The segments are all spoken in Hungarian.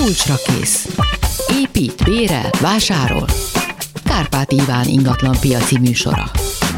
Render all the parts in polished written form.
Kulcsra kész. Épít, bérel, vásárol. Kárpát Iván ingatlan piaci műsora.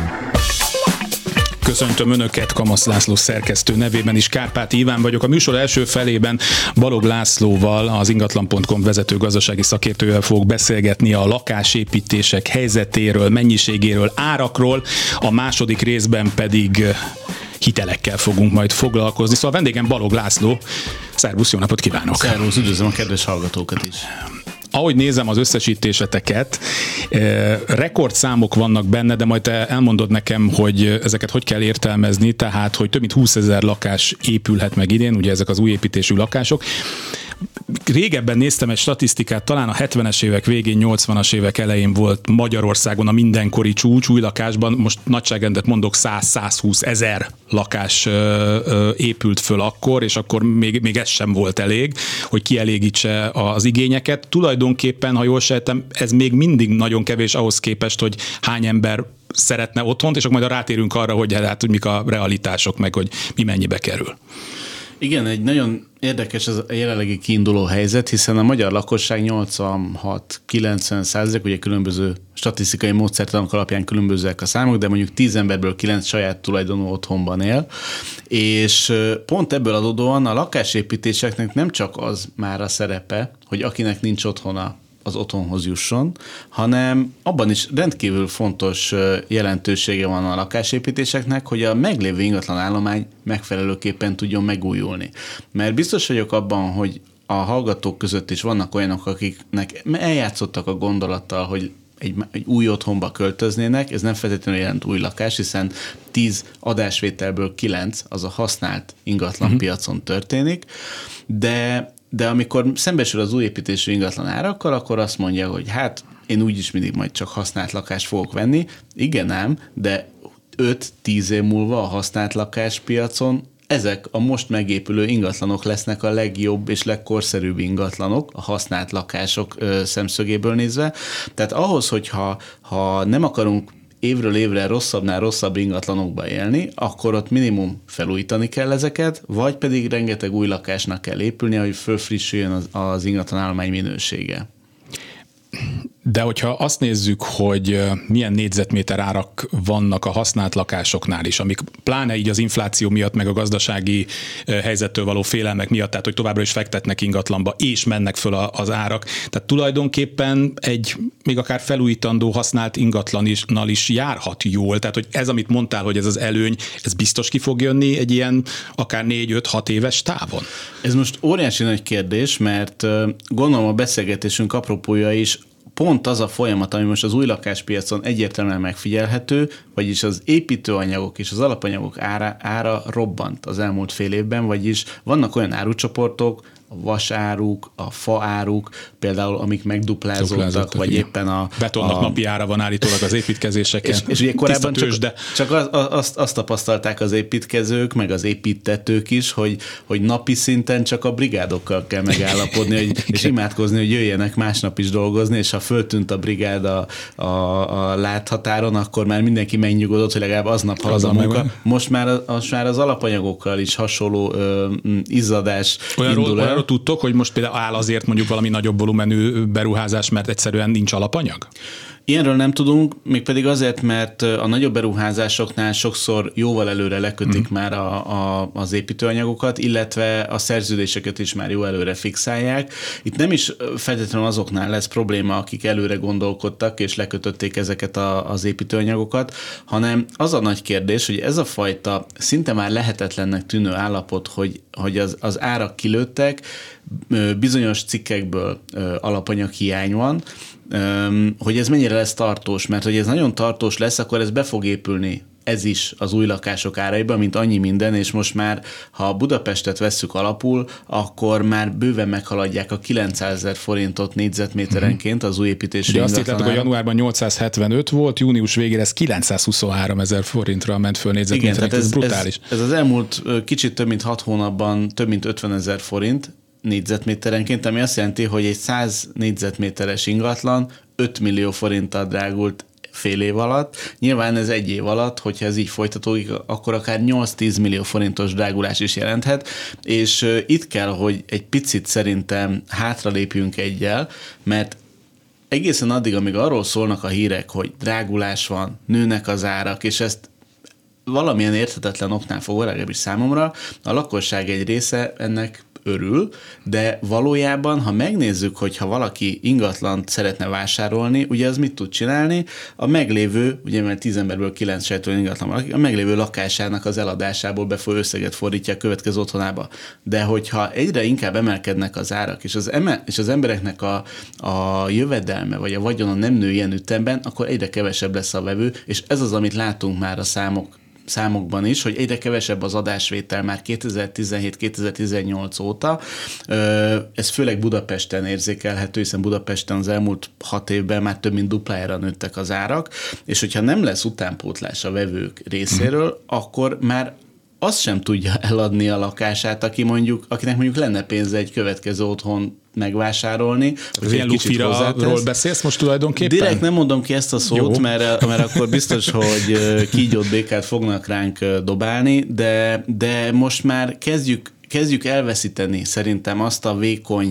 Köszöntöm Önöket, Kamasz László szerkesztő nevében is, Kárpáti Iván vagyok. A műsor első felében Balog Lászlóval, az ingatlan.com vezető gazdasági szakértővel fogok beszélgetni a lakásépítések helyzetéről, mennyiségéről, árakról, a második részben pedig hitelekkel fogunk majd foglalkozni. Szóval a vendégem Balog László. Szervusz, jó napot kívánok! Szervusz, üdvözlöm a kedves hallgatókat is! Ahogy nézem az összesítéseteket, rekordszámok vannak benne, de majd te elmondod nekem, hogy ezeket hogy kell értelmezni, tehát, hogy több mint 20 000 lakás épülhet meg idén, ugye ezek az új építésű lakások. Régebben néztem egy statisztikát, talán a 70-es évek végén, 80-as évek elején volt Magyarországon a mindenkori csúcs új lakásban, most nagyságrendet mondok, 100-120 ezer lakás épült föl akkor, és akkor még ez sem volt elég, hogy kielégítse az igényeket. Tulajdonképpen, ha jól sejtem, ez még mindig nagyon kevés ahhoz képest, hogy hány ember szeretne otthont, és akkor majd rátérünk arra, hogy hogy mik a realitások, meg hogy mi mennyibe kerül. Igen, egy nagyon érdekes ez a jelenlegi kiinduló helyzet, hiszen a magyar lakosság 86-90%, ugye különböző statisztikai módszertanok alapján különbözőek a számok, de mondjuk 10 emberből 9 saját tulajdonú otthonban él, és pont ebből adódóan a lakásépítéseknek nem csak az már a szerepe, hogy akinek nincs otthona, az otthonhoz jusson, hanem abban is rendkívül fontos jelentősége van a lakásépítéseknek, hogy a meglévő ingatlan állomány megfelelőképpen tudjon megújulni. Mert biztos vagyok abban, hogy a hallgatók között is vannak olyanok, akiknek eljátszottak a gondolattal, hogy egy új otthonba költöznének, ez nem feltétlenül jelent új lakás, hiszen 10 adásvételből 9 az a használt ingatlan piacon történik, de amikor szembesül az új építésű ingatlan árakkal, akkor azt mondja, hogy hát én úgyis mindig majd csak használt lakást fogok venni. Igen ám, de 5-10 év múlva a használt lakáspiacon ezek a most megépülő ingatlanok lesznek a legjobb és legkorszerűbb ingatlanok, a használt lakások szemszögéből nézve. Tehát ahhoz, hogyha nem akarunk évről évre rosszabbnál rosszabb ingatlanokba élni, akkor ott minimum felújítani kell ezeket, vagy pedig rengeteg új lakásnak kell épülni, hogy fölfrissüljön az ingatlan állomány minősége. De hogyha azt nézzük, hogy milyen négyzetméter árak vannak a használt lakásoknál is, amik pláne így az infláció miatt, meg a gazdasági helyzettől való félelmek miatt, tehát hogy továbbra is fektetnek ingatlanba, és mennek föl az árak. Tehát tulajdonképpen egy még akár felújítandó használt ingatlannal is járhat jól. Tehát hogy ez, amit mondtál, hogy ez az előny, ez biztos ki fog jönni egy ilyen akár 4-5-6 éves távon? Ez most óriási nagy kérdés, mert gondolom a beszélgetésünk apropója is pont az a folyamat, ami most az új lakáspiacon egyértelműen megfigyelhető, vagyis az építőanyagok és az alapanyagok ára robbant az elmúlt fél évben, vagyis vannak olyan árucsoportok, a vasáruk, a faáruk, például amik megduplázódtak, vagy igen. Éppen a... Betonnak napi ára van állítólag az építkezéseken. És ugye korábban csak azt tapasztalták az építkezők, meg az építtetők is, hogy napi szinten csak a brigádokkal kell megállapodni, és imádkozni, hogy jöjjenek másnap is dolgozni, és ha föltűnt a brigád a láthatáron, akkor már mindenki megnyugodott, hogy legalább aznap halad a munka. Most már az alapanyagokkal is hasonló izzadás indul el. Arról tudtok, hogy most például áll azért mondjuk valami nagyobb volumenű beruházás, mert egyszerűen nincs alapanyag? Ilyenről nem tudunk, mégpedig azért, mert a nagyobb beruházásoknál sokszor jóval előre lekötik már az építőanyagokat, illetve a szerződéseket is már jó előre fixálják. Itt nem is feltétlenül azoknál lesz probléma, akik előre gondolkodtak és lekötötték ezeket az építőanyagokat, hanem az a nagy kérdés, hogy ez a fajta szinte már lehetetlennek tűnő állapot, hogy az árak kilőttek, bizonyos cikkekből alapanyag hiány van, hogy ez mennyire lesz tartós, mert hogy ez nagyon tartós lesz, akkor ez be fog épülni ez is az új lakások áraiba, mint annyi minden, és most már, ha Budapestet vesszük alapul, akkor már bőven meghaladják a 900 000 forintot négyzetméterenként az új építésű ingatlan. Azt láttuk, hogy januárban 875 volt, június végére ez 923 000 forintra ment föl négyzetméterenként. Igen, ez brutális. Ez az elmúlt kicsit több mint 6 hónapban több mint 50 000 forint négyzetméterenként, ami azt jelenti, hogy egy 100 négyzetméteres ingatlan 5 millió forinttal drágult fél év alatt. Nyilván ez egy év alatt, hogyha ez így folytatódik, akkor akár 8-10 millió forintos drágulás is jelenthet, és itt kell, hogy egy picit szerintem hátralépjünk egyel, mert egészen addig, amíg arról szólnak a hírek, hogy drágulás van, nőnek az árak, és ezt valamilyen érthetetlen oknál fogva, legalábbis számomra, a lakosság egy része ennek örül, de valójában, ha megnézzük, hogy ha valaki ingatlant szeretne vásárolni, ugye az mit tud csinálni? A meglévő, ugye mert 10 emberből 9 sejtől ingatlan valaki, a meglévő lakásának az eladásából befolyó összeget fordítja a következő otthonába. De hogyha egyre inkább emelkednek az árak, és az embereknek a jövedelme, vagy a vagyona nem nő ilyen ütemben, akkor egyre kevesebb lesz a vevő, és ez az, amit látunk már a számokban is, hogy egyre kevesebb az adásvétel már 2017-2018 óta. Ez főleg Budapesten érzékelhető, hiszen Budapesten az elmúlt 6 évben már több mint duplájára nőttek az árak, és hogyha nem lesz utánpótlás a vevők részéről, akkor már azt sem tudja eladni a lakását, akinek mondjuk lenne pénze egy következő otthon megvásárolni. Az ilyen lufira-ról beszélsz most tulajdonképpen? Direkt nem mondom ki ezt a szót, mert akkor biztos, hogy kígyót, békát fognak ránk dobálni, de most már kezdjük elveszíteni szerintem azt a vékony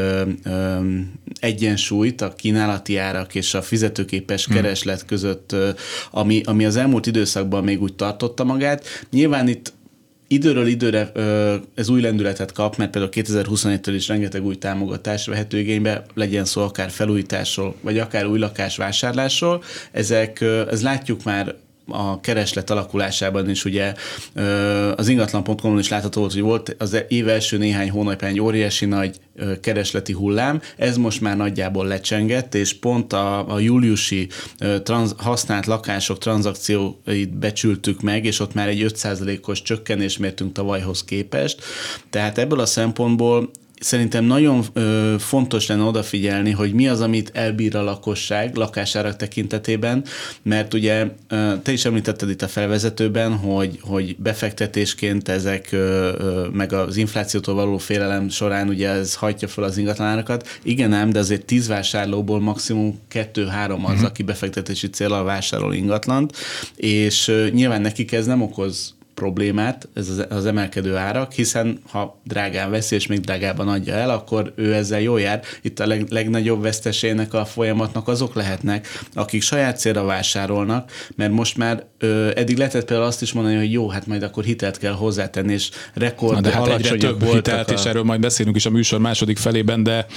egyensúlyt a kínálati árak és a fizetőképes kereslet között, ami az elmúlt időszakban még úgy tartotta magát. Nyilván itt időről időre ez új lendületet kap, mert például 2021-től is rengeteg új támogatás vehető igénybe, legyen szó akár felújításról, vagy akár új lakásvásárlásról. Ez látjuk már a kereslet alakulásában is, ugye az ingatlan.com-on is látható volt, hogy volt az év első néhány hónapján egy óriási nagy keresleti hullám, ez most már nagyjából lecsengett, és pont a júliusi használt lakások tranzakcióit becsültük meg, és ott már egy 5%-os csökkenés mértünk tavalyhoz képest. Tehát ebből a szempontból szerintem nagyon fontos lenne odafigyelni, hogy mi az, amit elbír a lakosság lakásárak tekintetében, mert ugye te is említetted itt a felvezetőben, hogy befektetésként ezek, meg az inflációtól való félelem során ugye ez hajtja fel az ingatlanárakat. Igen ám, de azért 10 vásárlóból maximum 2-3 az, aki befektetési céllal vásárol ingatlant, és nyilván nekik ez nem okoz problémát, ez az emelkedő árak, hiszen ha drágán veszi, és még drágában adja el, akkor ő ezzel jól jár. Itt a legnagyobb vesztesének a folyamatnak azok lehetnek, akik saját célra vásárolnak, mert most már eddig lehetett például azt is mondani, hogy jó, hát majd akkor hitelt kell hozzátenni, és rekord de hát alacsonyak egyre több hitelt, és erről majd beszélünk is a műsor második felében, de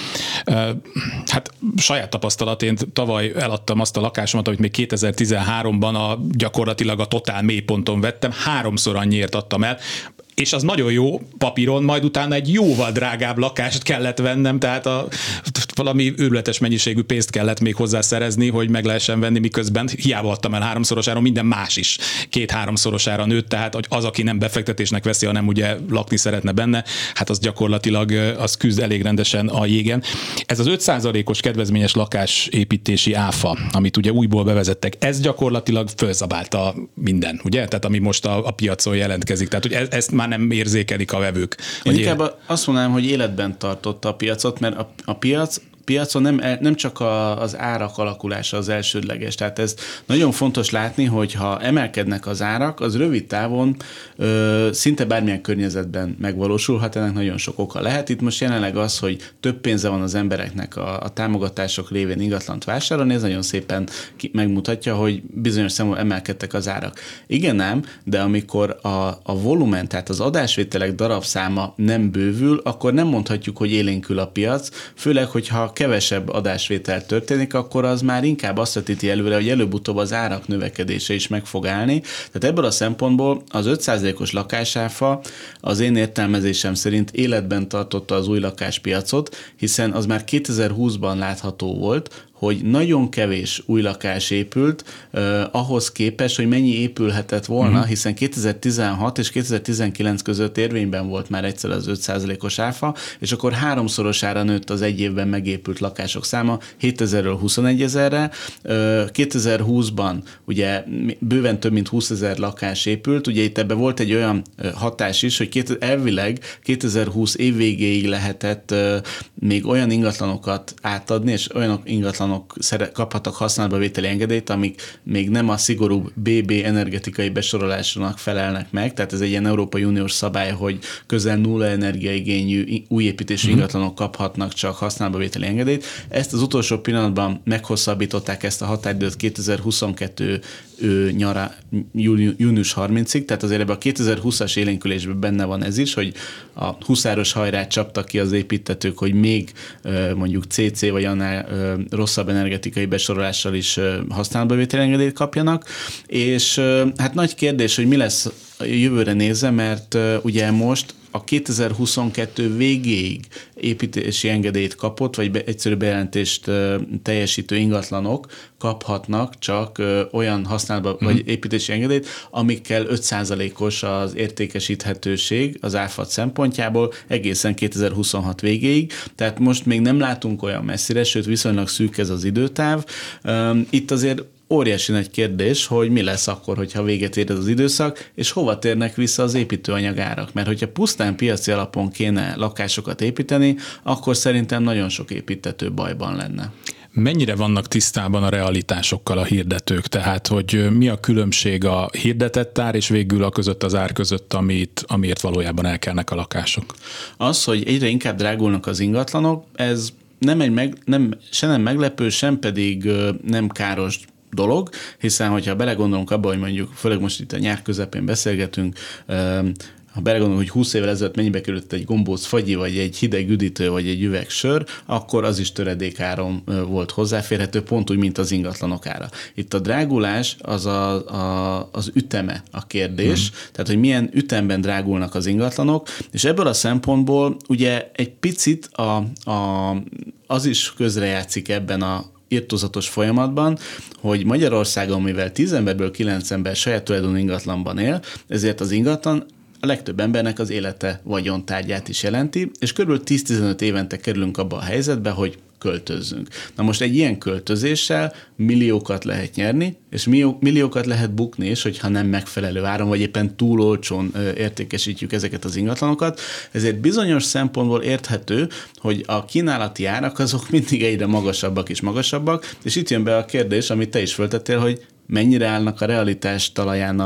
hát saját tapasztalat, én tavaly eladtam azt a lakásomat, amit még 2013-ban gyakorlatilag a totál mélyponton vettem, 3-szor annyiért adtam el, és az nagyon jó papíron, majd utána egy jóval drágább lakást kellett vennem, tehát valami őrületes mennyiségű pénzt kellett még hozzá szerezni, hogy meg lehessen venni, miközben hiába adtam el 3-szorosára, minden más is 2-3-szorosára nőtt, tehát az, aki nem befektetésnek veszi, hanem ugye lakni szeretne benne, hát az gyakorlatilag az küzd elég rendesen a jégen. Ez az 5%-os kedvezményes lakásépítési áfa, amit ugye újból bevezettek, ez gyakorlatilag fölzabálta minden, ugye? Tehát ami most a piacon jelentkezik. Tehát, hogy ezt már nem érzékelik a vevők. Én inkább azt mondanám, hogy életben tartotta a piacot, mert a piacon nem csak az árak alakulása az elsődleges. Tehát ez nagyon fontos látni, hogy ha emelkednek az árak, az rövid távon szinte bármilyen környezetben megvalósulhat, ennek nagyon sok oka lehet. Itt most jelenleg az, hogy több pénze van az embereknek a támogatások révén ingatlant vásárolni, ez nagyon szépen megmutatja, hogy bizonyos szempontból emelkedtek az árak. Igen ám, de amikor a volumen, tehát az adásvételek darabszáma nem bővül, akkor nem mondhatjuk, hogy élénkül a piac, főleg, hogyha kevesebb adásvétel történik, akkor az már inkább azt vetíti előre, hogy előbb-utóbb az árak növekedése is meg fog állni. Tehát ebből a szempontból az 5%-os lakásáfa az én értelmezésem szerint életben tartotta az új lakáspiacot, hiszen az már 2020-ban látható volt, hogy nagyon kevés új lakás épült, ahhoz képest, hogy mennyi épülhetett volna, hiszen 2016 és 2019 között érvényben volt már egyszer az 5%-os áfa, és akkor 3-szorosára nőtt az egy évben megépült lakások száma, 7000-ről 21 000-re. 2020-ban ugye bőven több mint 20 000 lakás épült, ugye itt ebben volt egy olyan hatás is, hogy elvileg 2020 év végéig lehetett még olyan ingatlanokat átadni, és olyan ingatlanokat ingatlanok kaphatnak használatba vételi engedélyt, amik még nem a szigorú BB energetikai besorolásnak felelnek meg, tehát ez egy ilyen Európai Uniós szabály, hogy közel nulla energiaigényű új építésű ingatlanok kaphatnak csak használatba vételi engedélyt. Ezt az utolsó pillanatban meghosszabbították ezt a határidőt 2022 június 30-ig, tehát azért ebben a 2020-as élénkülésben benne van ez is, hogy a huszáros hajrát csaptak ki az építtetők, hogy még mondjuk CC vagy annál rosszabb energetikai besorolással is használatba vételi engedélyt kapjanak, és hát nagy kérdés, hogy mi lesz jövőre nézve, mert ugye most a 2022 végéig építési engedélyt kapott, vagy egyszerű bejelentést teljesítő ingatlanok kaphatnak csak olyan használatba, vagy építési engedélyt, amikkel 5%-os az értékesíthetőség az áfad szempontjából egészen 2026 végéig. Tehát most még nem látunk olyan messzire, sőt viszonylag szűk ez az időtáv. Itt azért óriási nagy kérdés, hogy mi lesz akkor, hogyha véget ér ez az időszak, és hova térnek vissza az építőanyagárak. Mert hogyha pusztán piaci alapon kéne lakásokat építeni, akkor szerintem nagyon sok építtető bajban lenne. Mennyire vannak tisztában a realitásokkal a hirdetők? Tehát, hogy mi a különbség a hirdetett ár és végül a között az ár között, amiért valójában elkelnek a lakások? Az, hogy egyre inkább drágulnak az ingatlanok, ez nem meglepő, sem pedig nem káros dolog, hiszen hogyha belegondolunk abba, hogy mondjuk, főleg most itt a nyár közepén beszélgetünk, ha belegondolunk, hogy 20 évvel ezelőtt mennyibe került egy gombóc fagyi, vagy egy hideg üdítő, vagy egy üveg sör, akkor az is töredékáron volt hozzáférhető, pont úgy, mint az ingatlanok ára. Itt a drágulás az üteme a kérdés, tehát, hogy milyen ütemben drágulnak az ingatlanok, és ebből a szempontból ugye egy picit az is közrejátszik ebben a irtózatos folyamatban, hogy Magyarországon, mivel 10 emberből 9 ember saját tulajdonú ingatlanban él, ezért az ingatlan a legtöbb embernek az élete vagyontárgyát is jelenti, és kb. 10-15 évente kerülünk abba a helyzetbe, hogy költözzünk. Na most egy ilyen költözéssel milliókat lehet nyerni, és milliókat lehet bukni is, hogyha nem megfelelő áron, vagy éppen túl olcsón értékesítjük ezeket az ingatlanokat. Ezért bizonyos szempontból érthető, hogy a kínálati árak azok mindig egyre magasabbak és magasabbak, és itt jön be a kérdés, amit te is föltettél, hogy mennyire állnak a realitás talaján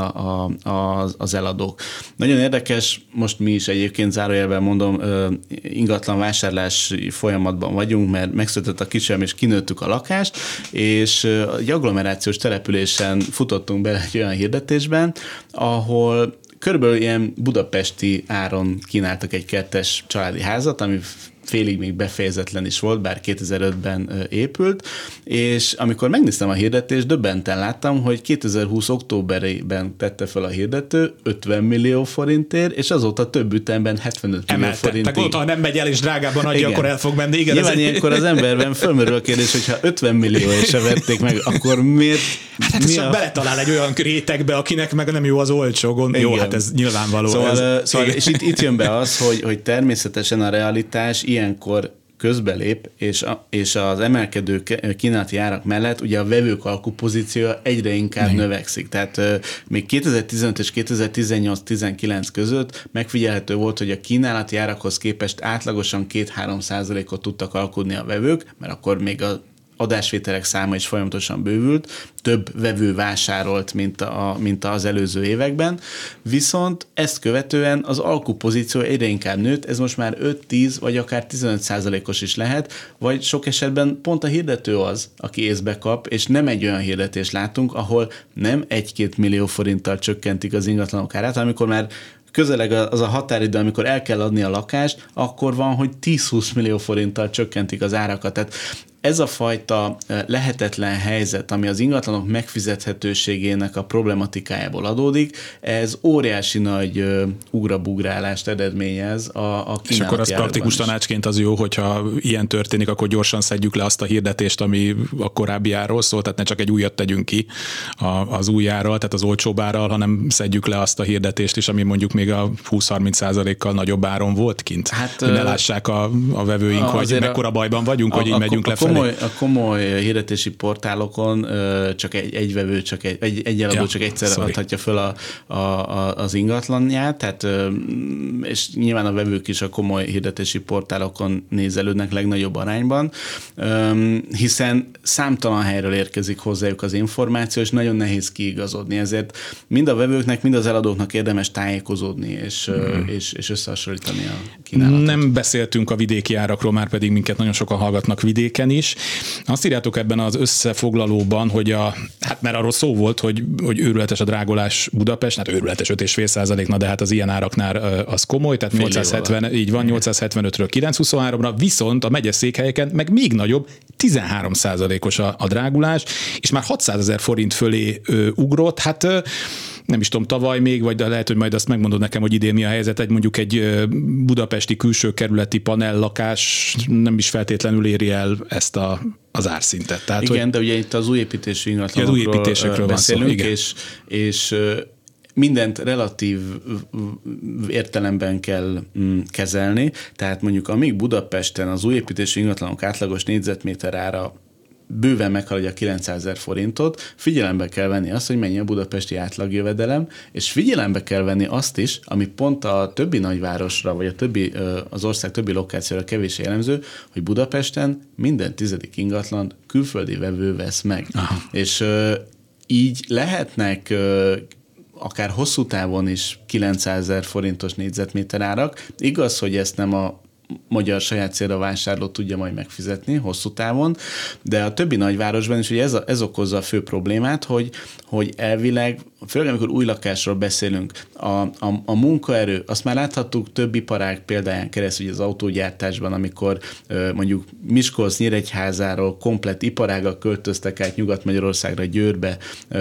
az eladók. Nagyon érdekes, most mi is egyébként zárójelben mondom, ingatlan vásárlási folyamatban vagyunk, mert megszületett a kisem, és kinőttük a lakást, és egy agglomerációs településen futottunk bele egy olyan hirdetésben, ahol körülbelül ilyen budapesti áron kínáltak egy kertes családi házat, ami félig még befejezetlen is volt, bár 2005-ben épült, és amikor megnéztem a hirdetést, döbbenten láttam, hogy 2020 októberében tette fel a hirdető 50 millió forintért, és azóta több ütemben 75 millió forintig. Tehát gondoltam, ha nem megy el és drágában adja, akkor el fog menni. Igen, nyilván ilyenkor az emberben fölmerül a kérdés, hogyha 50 millió és se vették meg, akkor miért? Hát ez csak beletalál egy olyan rétegbe, akinek meg nem jó az olcsó. Jó, hát ez nyilvánvaló. Szóval és itt jön be az, hogy természetesen a realitás ilyenkor közbelép, és az emelkedő kínálati árak mellett ugye a vevők alkupozíciója egyre inkább növekszik. Tehát még 2015 és 2018-19 között megfigyelhető volt, hogy a kínálati árakhoz képest átlagosan 2-3%-ot tudtak alkudni a vevők, mert akkor még a adásvételek száma is folyamatosan bővült, több vevő vásárolt, mint az előző években, viszont ezt követően az alkupozíció egyre inkább nőtt, ez most már 5-10 vagy akár 15%-os is lehet, vagy sok esetben pont a hirdető az, aki észbe kap, és nem egy olyan hirdetést látunk, ahol nem 1-2 millió forinttal csökkentik az ingatlanok árát, amikor már közeleg az a határidő, amikor el kell adni a lakást, akkor van, hogy 10-20 millió forinttal csökkentik az árakat. Tehát ez a fajta lehetetlen helyzet, ami az ingatlanok megfizethetőségének a problematikájából adódik, ez óriási nagy ugrabugrálást eredményez a kínálati. És akkor az praktikus tanácsként az jó, hogyha ilyen történik, akkor gyorsan szedjük le azt a hirdetést, ami a korábbi árról szól, tehát ne csak egy újat tegyünk ki az új árral, tehát az olcsóbb árral, hanem szedjük le azt a hirdetést is, ami mondjuk még a 20-30%-kal nagyobb áron volt kint. Hát, hogy ne lássák a vevőink, hogy mekkora bajban vagyunk, hogy így megyünk lefelé. A komoly hirdetési portálokon csak egy vevő, egy eladó csak egyszer adhatja föl az ingatlanját, tehát, és nyilván a vevők is a komoly hirdetési portálokon nézelődnek legnagyobb arányban, hiszen számtalan helyről érkezik hozzájuk az információ, és nagyon nehéz kiigazodni, ezért mind a vevőknek, mind az eladóknak érdemes tájékozódni, és összehasonlítani a kínálatot. Nem beszéltünk a vidéki árakról, már pedig minket nagyon sokan hallgatnak vidéken is. Azt írjátok ebben az összefoglalóban, hogy mert arról szó volt, hogy őrületes a drágulás Budapest, hát őrületes 5,5%, de hát az ilyen áraknál az komoly, tehát 875-ről 923-ra, viszont a megyeszékhelyeken meg még nagyobb, 13%-os a drágulás, és már 600 000 forint fölé ugrott, hát nem is tudom, tavaly még, vagy de lehet, hogy majd azt megmondod nekem, hogy idén mi a helyzet, mondjuk egy budapesti külső kerületi panellakás nem is feltétlenül éri el ezt az árszintet. Tehát, igen, de ugye itt az újépítésű ingatlanokról beszélünk, és mindent relatív értelemben kell kezelni, tehát mondjuk amíg Budapesten az újépítésű ingatlanok átlagos négyzetméter ára bőven meghaladja 900 000 forintot, figyelembe kell venni azt, hogy mennyi a budapesti átlagjövedelem, és figyelembe kell venni azt is, ami pont a többi nagyvárosra, vagy az ország többi lokációra kevés jellemző, hogy Budapesten minden 10. ingatlan külföldi vevő vesz meg. Aha. És így lehetnek akár hosszú távon is 900 000 forintos négyzetméter árak. Igaz, hogy ezt nem a magyar saját célra vásárló tudja majd megfizetni hosszú távon, de a többi nagyvárosban is ugye ez okozza a fő problémát, hogy elvileg, főleg amikor új lakásról beszélünk, a munkaerő, azt már láthattuk több iparág példáján keresztül, az autógyártásban, amikor mondjuk Miskolc-Nyíregyházáról komplett iparágak költöztek át Nyugat-Magyarországra, Győrbe,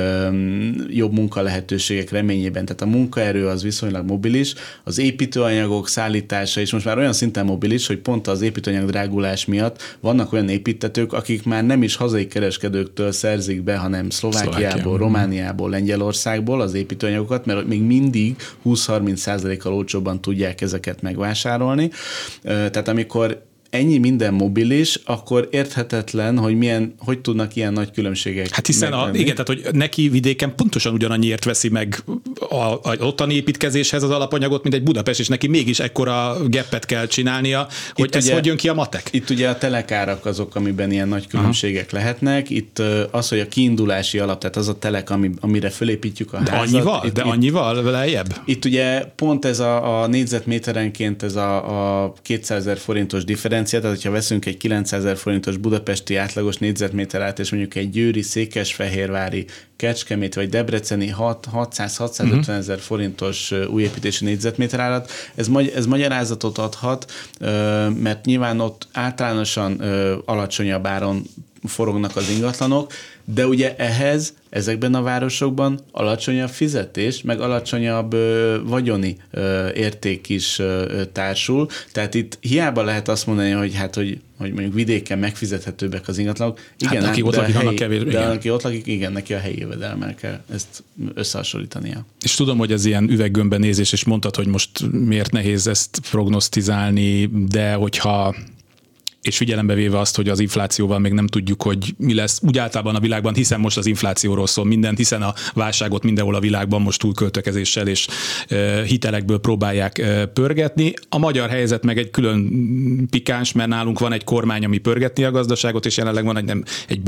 jobb munkalehetőségek reményében. Tehát a munkaerő az viszonylag mobilis, az építőanyagok szállítása is most már olyan szinten mobilis, hogy pont az építőanyag drágulás miatt vannak olyan építtetők, akik már nem is hazai kereskedőktől szerzik be, hanem Szlovákiából, Romániából, Lengyelországból az építőanyagokat, mert még mindig 20-30%-kal olcsóbban tudják ezeket megvásárolni. Tehát amikor ennyi minden mobilis, akkor érthetetlen, hogy tudnak ilyen nagy különbségek. Hát hiszen igen, tehát hogy neki vidéken pontosan ugyanannyiért veszi meg az ottani építkezéshez az alapanyagot, mint egy Budapest, és neki mégis ekkora geppet kell csinálnia, hogy ez hogy jön ki a matek? Itt ugye a telekárak azok, amiben ilyen nagy különbségek lehetnek. Itt az, hogy a kiindulási alap, tehát az a telek, amire fölépítjük a házat. Annyival lejjebb? Itt ugye pont ez a négyzetméterenként ez a 200 000 forintos differencia, tehát hogyha veszünk egy 900 000 forintos budapesti átlagos négyzetméterát, és mondjuk egy győri, székesfehérvári, Kecskemét vagy debreceni 600-650 000 forintos újépítési négyzetméter árat, ez magyarázatot adhat, mert nyilván ott általánosan alacsonyabb áron forognak az ingatlanok, de ugye ehhez ezekben a városokban alacsonyabb fizetés, meg alacsonyabb vagyoni érték is társul. Tehát itt hiába lehet azt mondani, hogy mondjuk vidéken megfizethetőbbek az ingatlanok. Igen, aki ott lakik, annak kevés. De aki ott lakik, igen, neki a helyi jövedelemmel kell ezt összehasonlítania. És tudom, hogy ez ilyen üveggömbben nézés, és mondtad, hogy most miért nehéz ezt prognosztizálni, de hogyha és figyelembe véve azt, hogy az inflációval még nem tudjuk, hogy mi lesz úgy általában a világban, hiszen most az inflációról szól minden, hiszen a válságot mindenhol a világban most túlköltekezéssel és hitelekből próbálják pörgetni. A magyar helyzet meg egy külön pikáns, mert nálunk van egy kormány, ami pörgetni a gazdaságot, és jelenleg van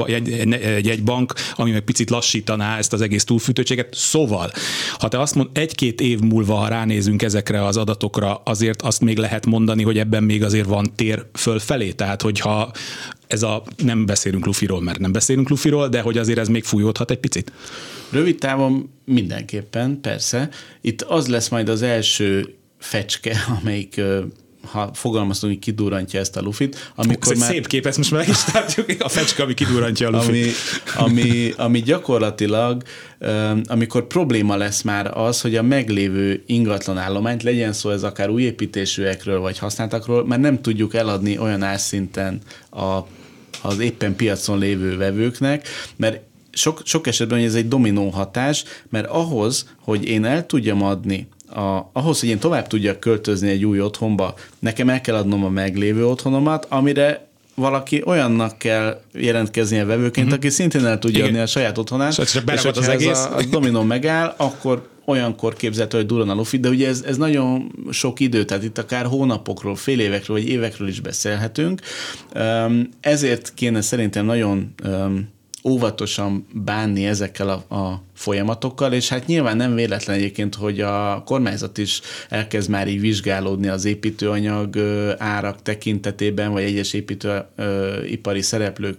egy bank, ami meg picit lassítaná ezt az egész túlfűtöttséget. Szóval, ha te azt mondod, 1-2 év múlva, ha ránézünk ezekre az adatokra, azért azt még lehet mondani, hogy ebben még azért van tér fölfelé. Tehát, hogyha nem beszélünk lufiról, mert nem beszélünk lufiról, de hogy azért ez még fújódhat egy picit? Rövid távon mindenképpen, persze. Itt az lesz majd az első fecske, amelyik ha fogalmaztunk, hogy kidurrantja ezt a lufit. Amikor már szép kép, ezt most meg is tartjuk, a fecske, ami kidurrantja a lufit. Ami gyakorlatilag, amikor probléma lesz már az, hogy a meglévő ingatlan állományt, legyen szó ez akár újépítésűekről vagy használtakról, már nem tudjuk eladni olyan árszinten az éppen piacon lévő vevőknek, mert sok esetben ez egy dominó hatás, mert ahhoz, hogy én el tudjam adni ahhoz, hogy én tovább tudjak költözni egy új otthonba, nekem el kell adnom a meglévő otthonomat, amire valaki olyannak kell jelentkezni a vevőként, aki szintén el tudja adni a saját otthonát, és hogyha ez a dominó megáll, akkor olyankor képzelhető, hogy durran a lufi, de ugye ez nagyon sok idő, tehát itt akár hónapokról, fél évekről, vagy évekről is beszélhetünk. Ezért kéne szerintem nagyon óvatosan bánni ezekkel a folyamatokkal, és hát nyilván nem véletlen egyébként, hogy a kormányzat is elkezd már így vizsgálódni az építőanyag árak tekintetében, vagy egyes építőipari szereplők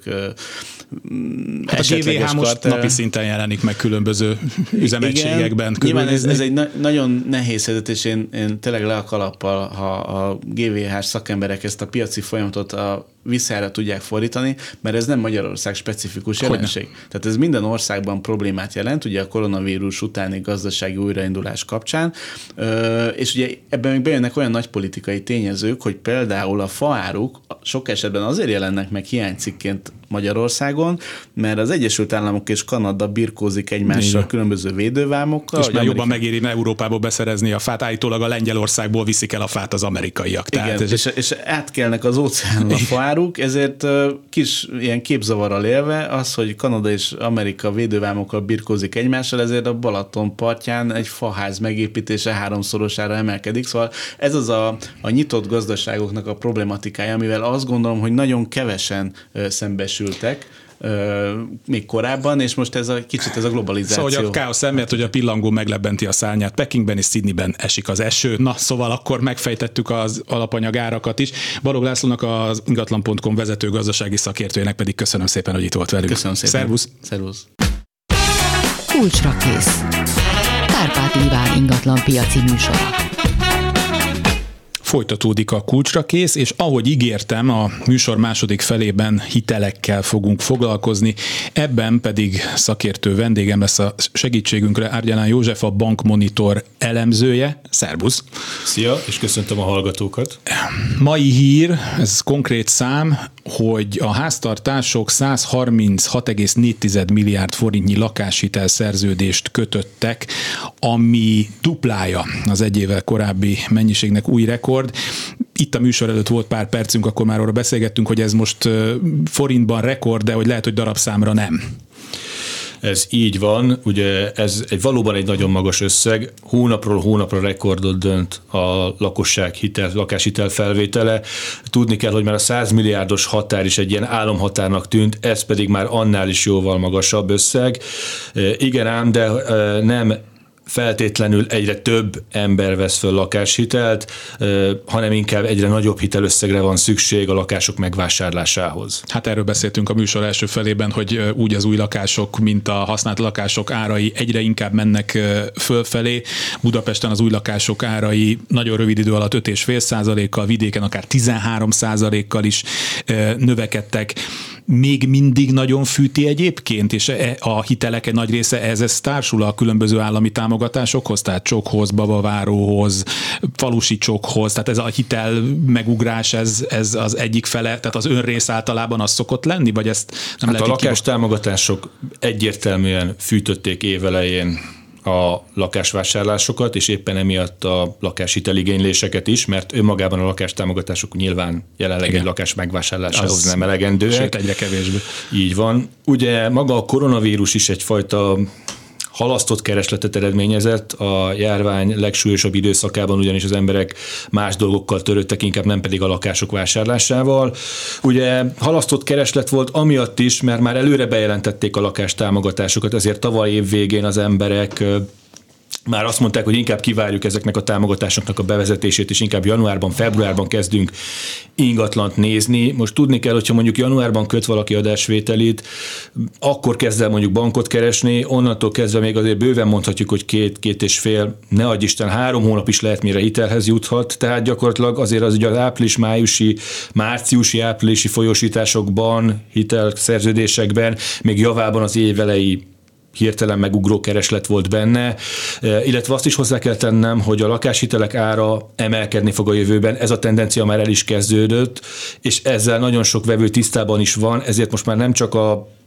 hát a GVH most napi szinten jelenik meg különböző üzemegységekben. Nyilván ez egy nagyon nehéz helyzet, és én tényleg le a kalappal, ha a GVH-s szakemberek ezt a piaci folyamatot visszára tudják fordítani, mert ez nem Magyarország specifikus jelenség. Tehát ez minden országban problémát jelent, ugye a koronavírus utáni gazdasági újraindulás kapcsán, és ugye ebben még bejönnek olyan nagy politikai tényezők, hogy például a faáruk sok esetben azért jelennek meg hiánycikként Magyarországon, mert az Egyesült Államok és Kanada birkózik egymással különböző védővámokkal. És már jobban megéri Európából beszerezni a fát, állítólag a Lengyelországból viszik el a fát az amerikaiak. Igen, tehát és átkelnek az óceánon a faáruk, ezért kis ilyen képzavarral élve az, hogy Kanada és Amerika védővámokkal birkózik egymással, ezért a Balaton partján egy faház megépítése 3-szorosára emelkedik. Szóval ez az a nyitott gazdaságoknak a problematikája, amivel azt gondolom, hogy nagyon kevesen szembesültek még korábban, és most kicsit ez a globalizáció. Szóval, hogy a káosz emiatt, hogy a pillangó meglebbenti a szárnyát Pekingben és Sydneyben esik az eső. Na, szóval akkor megfejtettük az alapanyag árakat is. Balogh Lászlónak, az ingatlan.com vezető gazdasági szakértőjének pedig köszönöm szépen, hogy itt volt velünk. Köszönöm szépen. Szervusz. Szervusz. Kulcsra kész. Kárpát Iván ingatlan piaci műsora. Folytatódik a Kulcsra kész, és ahogy ígértem, a műsor második felében hitelekkel fogunk foglalkozni, ebben pedig szakértő vendégem lesz a segítségünkre Árgyalán József, a Bankmonitor elemzője. Szerbusz! Szia, és köszöntöm a hallgatókat! Mai hír, ez konkrét szám, hogy a háztartások 136,4 milliárd forintnyi lakáshitel szerződést kötöttek, ami duplája az egy évvel korábbi mennyiségnek új rekord. Itt a műsor előtt volt pár percünk, akkor már arra beszélgettünk, hogy ez most forintban rekord, de hogy lehet, hogy darabszámra nem. Ez így van, ugye ez valóban egy nagyon magas összeg, hónapról hónapra rekordot dönt a lakáshitel felvétele. Tudni kell, hogy már a 100 milliárdos határ is egy ilyen álomhatárnak tűnt, ez pedig már annál is jóval magasabb összeg. Igen ám, de nem feltétlenül egyre több ember vesz föl lakáshitelt, hanem inkább egyre nagyobb hitelösszegre van szükség a lakások megvásárlásához. Hát erről beszéltünk a műsor első felében, hogy úgy az új lakások, mint a használt lakások árai egyre inkább mennek fölfelé. Budapesten az új lakások árai nagyon rövid idő alatt 5,5%-kal, vidéken akár 13%-kal is növekedtek. Még mindig nagyon fűti egyébként, és a hitelek egy nagy része ez társul a különböző állami támogatásokhoz, tehát csokhoz, babaváróhoz, falusi csokhoz, tehát ez a hitel megugrás, ez az egyik fele, tehát az önrész általában az szokott lenni, vagy ezt nem lehet? A lakástámogatások egyértelműen fűtötték évelején a lakásvásárlásokat, és éppen emiatt a lakáshiteligényléseket is, mert önmagában a lakástámogatások nyilván jelenleg egy lakás megvásárlásához nem elegendőek. Sőt, egyre kevésbé. Így van. Ugye maga a koronavírus is egyfajta halasztott keresletet eredményezett a járvány legsúlyosabb időszakában, ugyanis az emberek más dolgokkal törődtek, inkább nem pedig a lakások vásárlásával. Ugye halasztott kereslet volt amiatt is, mert már előre bejelentették a lakástámogatásokat, ezért tavaly év végén az emberek már azt mondták, hogy inkább kivárjuk ezeknek a támogatásoknak a bevezetését, és inkább januárban, februárban kezdünk ingatlant nézni. Most tudni kell, hogyha mondjuk januárban köt valaki adásvételit, akkor kezd el mondjuk bankot keresni, onnantól kezdve még azért bőven mondhatjuk, hogy 2-2,5, ne adj Isten, 3 hónap is lehet, mire hitelhez juthat, tehát gyakorlatilag azért az ugye az április-májusi, márciusi-áprilisi folyósításokban, hitelszerződésekben, még javában az évelei hirtelen megugró kereslet volt benne, illetve azt is hozzá kell tennem, hogy a lakáshitelek ára emelkedni fog a jövőben, ez a tendencia már el is kezdődött, és ezzel nagyon sok vevő tisztában is van, ezért most már nem csak a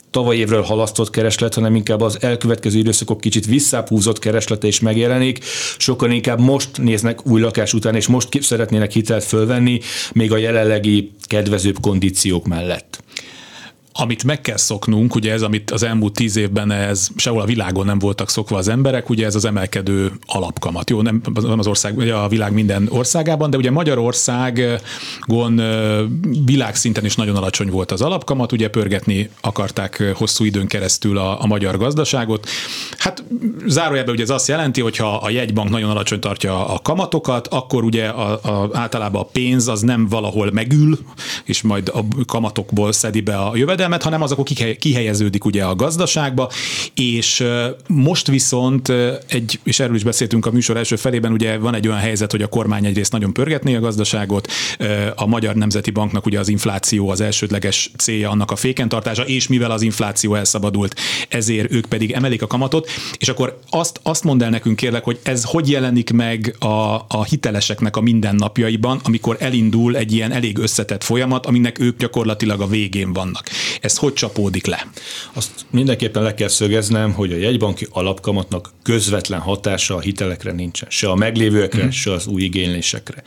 tavaly évről halasztott kereslet, hanem inkább az elkövetkező időszakok kicsit visszább kereslete is megjelenik. Sokan inkább most néznek új lakás után, és most szeretnének hitelt fölvenni, még a jelenlegi kedvezőbb kondíciók mellett. Amit meg kell szoknunk, ugye ez, amit az elmúlt 10 évben ez sehol a világon nem voltak szokva az emberek, ugye ez az emelkedő alapkamat. Jó, nem az ország, ugye a világ minden országában, de ugye Magyarországon világszinten is nagyon alacsony volt az alapkamat, ugye pörgetni akarták hosszú időn keresztül a magyar gazdaságot. Hát zárójelben ugye ez azt jelenti, hogy ha a jegybank nagyon alacsony tartja a kamatokat, akkor ugye általában a pénz az nem valahol megül, és majd a kamatokból szedi be a jövedelmet, hanem az akkor kihelyeződik ugye a gazdaságba, és most viszont és erről is beszéltünk a műsor első felében, ugye van egy olyan helyzet, hogy a kormány egyrészt nagyon pörgetné a gazdaságot, a Magyar Nemzeti Banknak ugye az infláció az elsődleges célja, annak a fékentartása, és mivel az infláció elszabadult, ezért ők pedig emelik a kamatot, és akkor azt mondd el nekünk kérlek, hogy ez hogy jelenik meg a hiteleseknek a mindennapjaiban, amikor elindul egy ilyen elég összetett folyamat, aminek ők gyakorlatilag a végén vannak. Ez hogy csapódik le? Azt mindenképpen le kell szögeznem, hogy a jegybanki alapkamatnak közvetlen hatása a hitelekre nincsen. Se a meglévőekre, se az új igénylésekre.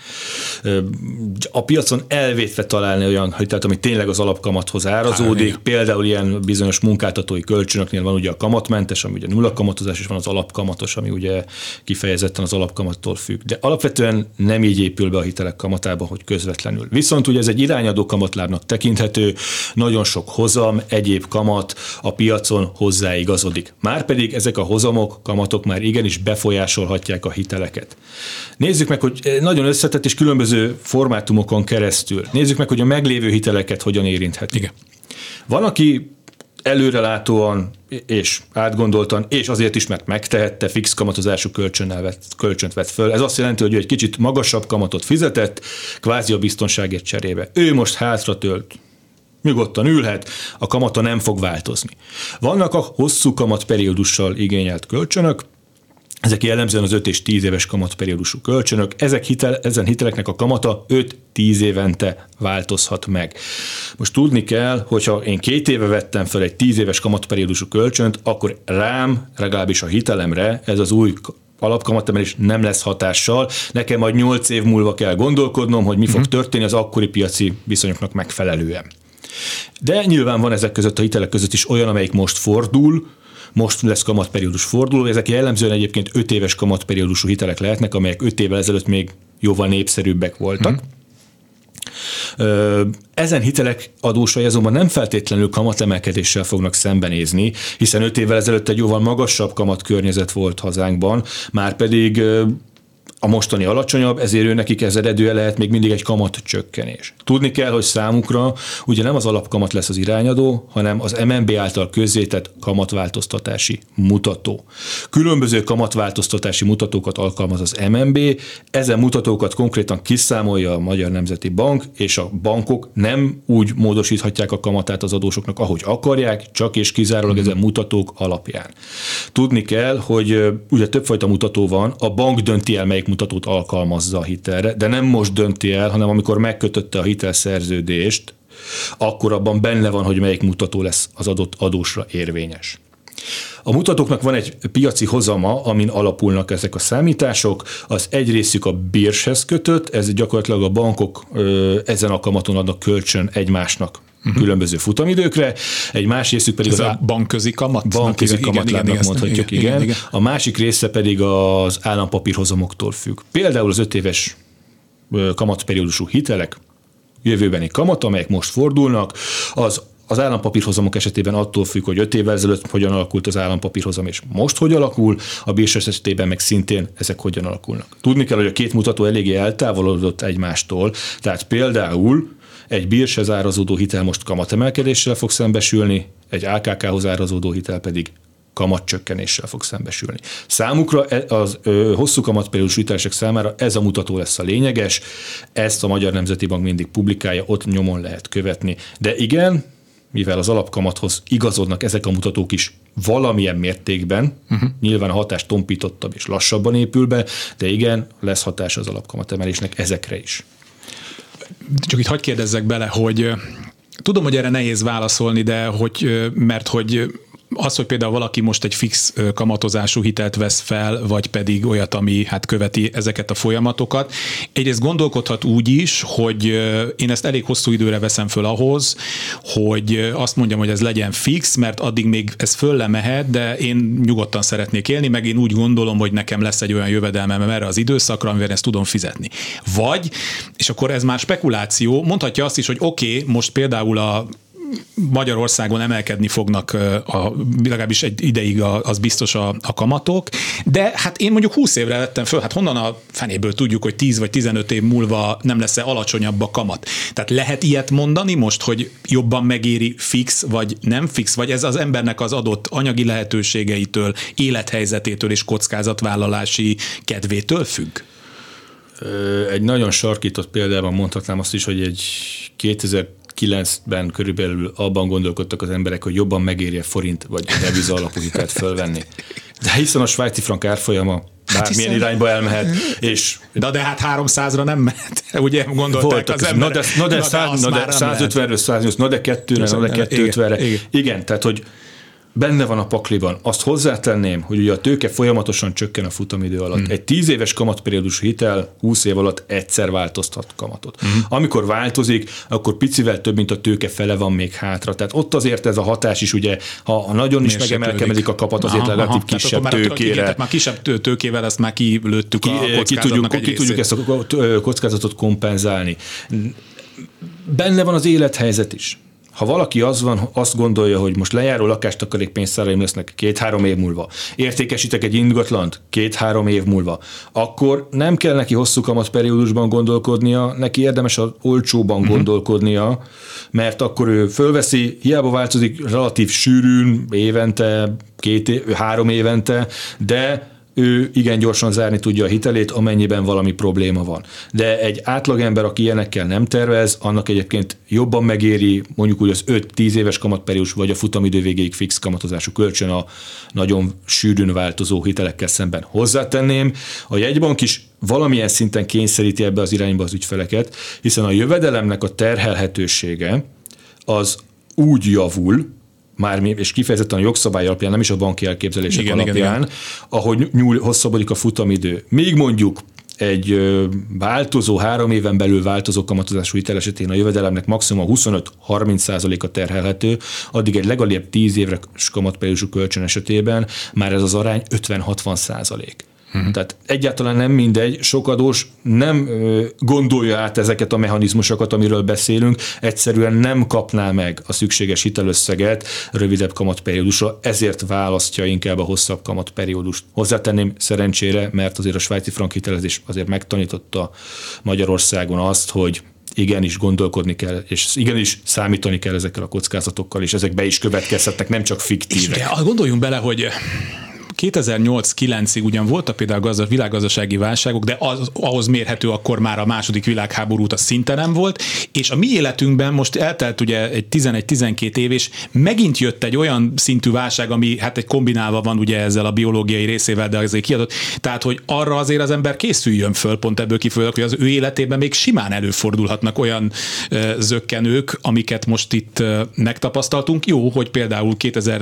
A piacon elvétve találni olyan hitelt, ami tényleg az alapkamathoz árazódik. Például ilyen bizonyos munkáltatói kölcsönöknél van ugye a kamatmentes, ami ugye nulla kamatozás, és van az alapkamatos, ami ugye kifejezetten az alapkamattól függ. De alapvetően nem így épül be a hitelek kamatába, hogy közvetlenül. Viszont ugye ez egy irányadó kamatlábnak tekinthető, nagyon sok hozam, egyéb kamat a piacon hozzáigazodik. Márpedig ezek a hozamok, kamatok már igenis befolyásolhatják a hiteleket. Nézzük meg, hogy nagyon összetett és különböző formátumokon keresztül. Nézzük meg, hogy a meglévő hiteleket hogyan érintheti. Igen. Van, aki előrelátóan és átgondoltan, és azért is, mert megtehette, fix kamatozású kölcsönt vett föl. Ez azt jelenti, hogy ő egy kicsit magasabb kamatot fizetett, kvázi a biztonságért cserébe. Ő most hátratölt, nyugodtan ülhet, a kamata nem fog változni. Vannak a hosszú kamatperiódussal igényelt kölcsönök, ezek jellemzően az 5 és 10 éves kamatperiódusú kölcsönök, ezen hiteleknek a kamata 5-10 évente változhat meg. Most tudni kell, hogyha én 2 éve vettem fel egy 10 éves kamatperiódusú kölcsönt, akkor rám, legalábbis a hitelemre ez az új alapkamatemelés nem lesz hatással. Nekem majd 8 év múlva kell gondolkodnom, hogy mi fog történni az akkori piaci viszonyoknak megfelelően. De nyilván van ezek között a hitelek között is olyan, amelyik most fordul, most lesz kamatperiódus forduló. Ezek jellemzően egyébként 5 éves kamatperiódusú hitelek lehetnek, amelyek 5 évvel ezelőtt még jóval népszerűbbek voltak. Ezen hitelek adósai azonban nem feltétlenül kamatemelkedéssel fognak szembenézni, hiszen 5 évvel ezelőtt egy jóval magasabb kamatkörnyezet volt hazánkban, márpedig a mostani alacsonyabb, ezért ő nekik ez eredője lehet még mindig egy kamatcsökkenés. Tudni kell, hogy számukra ugye nem az alapkamat lesz az irányadó, hanem az MNB által közzétett kamatváltoztatási mutató. Különböző kamatváltoztatási mutatókat alkalmaz az MNB, ezen mutatókat konkrétan kiszámolja a Magyar Nemzeti Bank, és a bankok nem úgy módosíthatják a kamatát az adósoknak, ahogy akarják, csak és kizárólag ezen mutatók alapján. Tudni kell, hogy ugye többfajta mutató van, a bank dönti el, melyik mutatót alkalmazza a hitelre, de nem most dönti el, hanem amikor megkötötte a hitelszerződést, akkor abban benne van, hogy melyik mutató lesz az adott adósra érvényes. A mutatóknak van egy piaci hozama, amin alapulnak ezek a számítások. Az egy részük a bérshez kötött, ez gyakorlatilag a bankok ezen a kamaton adnak kölcsön egymásnak különböző futamidőkre, egy másik részük pedig ez a bankközi kamat? Bankközi kamatlábnak mondhatjuk, igen. A másik része pedig az állampapírhozamoktól függ. Például az 5 éves kamatperiódusú hitelek, jövőbeni kamat, amelyek most fordulnak, az állampapírhozamok esetében attól függ, hogy 5 évvel ezelőtt hogyan alakult az állampapírhozam, és most hogy alakul, a bírs esetében meg szintén ezek hogyan alakulnak. Tudni kell, hogy a két mutató eléggé eltávolodott egymástól, tehát például egy bírshez árazódó hitel most kamatemelkedéssel fog szembesülni, egy AKK-hoz árazódó hitel pedig kamatcsökkenéssel fog szembesülni. Számukra az hosszú kamatperiódusú hitelesek számára ez a mutató lesz a lényeges, ezt a Magyar Nemzeti Bank mindig publikálja, ott nyomon lehet követni. De igen, mivel az alapkamathoz igazodnak ezek a mutatók is valamilyen mértékben, nyilván a hatás tompítottabb és lassabban épül be, de igen, lesz hatás az alapkamatemelésnek ezekre is. Csak itt hadd kérdezzek bele, hogy Tudom, hogy erre nehéz válaszolni, de mert hogy az, hogy például valaki most egy fix kamatozású hitelt vesz fel, vagy pedig olyat, ami hát követi ezeket a folyamatokat. Egyrészt gondolkodhat úgy is, hogy én ezt elég hosszú időre veszem föl ahhoz, hogy azt mondjam, hogy ez legyen fix, mert addig még ez fölle mehet, de én nyugodtan szeretnék élni, meg én úgy gondolom, hogy nekem lesz egy olyan jövedelmem erre az időszakra, amivel ezt tudom fizetni. Vagy, és akkor ez már spekuláció, mondhatja azt is, hogy oké, most például a Magyarországon emelkedni fognak legalábbis egy ideig az biztos a kamatok, de hát én mondjuk 20 évre vettem föl, hát honnan a fenéből tudjuk, hogy 10 vagy 15 év múlva nem lesz-e alacsonyabb a kamat. Tehát lehet ilyet mondani most, hogy jobban megéri fix vagy nem fix, vagy ez az embernek az adott anyagi lehetőségeitől, élethelyzetétől és kockázatvállalási kedvétől függ? Egy nagyon sarkított példában mondhatnám azt is, hogy egy 2009-ben körülbelül abban gondolkodtak az emberek, hogy jobban megéri forint vagy deviza alapú hitelt fölvenni. De hiszen a svájci frank árfolyama bármilyen irányba elmehet, és... De hát 300-ra nem mehet, ugye gondolták az emberek. Na de 150-ről 180, na de 2-re, na de 250-re. Igen, tehát hogy benne van a pakliban. Azt hozzátenném, hogy ugye a tőke folyamatosan csökken a futamidő alatt. Egy 10 éves kamatperiódusú hitel 20 év alatt egyszer változtat kamatot. Amikor változik, akkor picivel több, mint a tőke fele van még hátra. Tehát ott azért ez a hatás is, ugye, ha nagyon is megemelkedik a kamat, azért relatív kisebb tőkére. Tehát már kisebb tőkével ezt már kilőttük a kockázatnak ki tudjuk ezt a kockázatot kompenzálni. Benne van az élethelyzet is. Ha valaki azt gondolja, hogy most lejáró lakástakarékpénztáraim lesznek 2-3 év múlva, értékesítek egy ingatlant 2-3 év múlva, akkor nem kell neki hosszú kamatperiódusban gondolkodnia, neki érdemes az olcsóban gondolkodnia, mert akkor ő fölveszi, hiába változik relatív sűrűn, évente, 2-3 évente, de ő igen gyorsan zárni tudja a hitelét, amennyiben valami probléma van. De egy átlagember, aki ilyenekkel nem tervez, annak egyébként jobban megéri mondjuk úgy az 5-10 éves kamatperiódus, vagy a futamidő végéig fix kamatozású kölcsön a nagyon sűrűn változó hitelekkel szemben. Hozzátenném, a jegybank is valamilyen szinten kényszeríti ebbe az irányba az ügyfeleket, hiszen a jövedelemnek a terhelhetősége az úgy javul, és kifejezetten a jogszabály alapján, nem is a banki elképzelések alapján, ahogy hosszabbodik a futamidő. Még mondjuk egy változó, 3 éven belül változó kamatozású hitel esetén a jövedelemnek maximum 25-30%-a terhelhető, addig egy legalább 10 éves kamatperiódusú kölcsön esetében már ez az arány 50-60%. Tehát egyáltalán nem mindegy, sok adós nem gondolja át ezeket a mechanizmusokat, amiről beszélünk, egyszerűen nem kapná meg a szükséges hitelösszeget rövidebb kamatperiódusra, ezért választja inkább a hosszabb kamatperiódust. Hozzátenném szerencsére, mert azért a svájci frank hitelezés azért megtanította Magyarországon azt, hogy igenis gondolkodni kell, és igenis számítani kell ezekkel a kockázatokkal, és ezek be is következhetnek, nem csak fiktívek. És ugye, gondoljunk bele, hogy 2008-9-ig ugyan voltak például világgazdasági válságok, de ahhoz mérhető akkor már a második világháborút az szinte nem volt, és a mi életünkben most eltelt ugye egy 11-12 év, és megint jött egy olyan szintű válság, ami hát egy kombinálva van ugye ezzel a biológiai részével, de azért kiadott. Tehát, hogy arra azért az ember készüljön föl, pont ebből kifolyólag, hogy az ő életében még simán előfordulhatnak olyan zökkenők, amiket most itt megtapasztaltunk. Jó, hogy például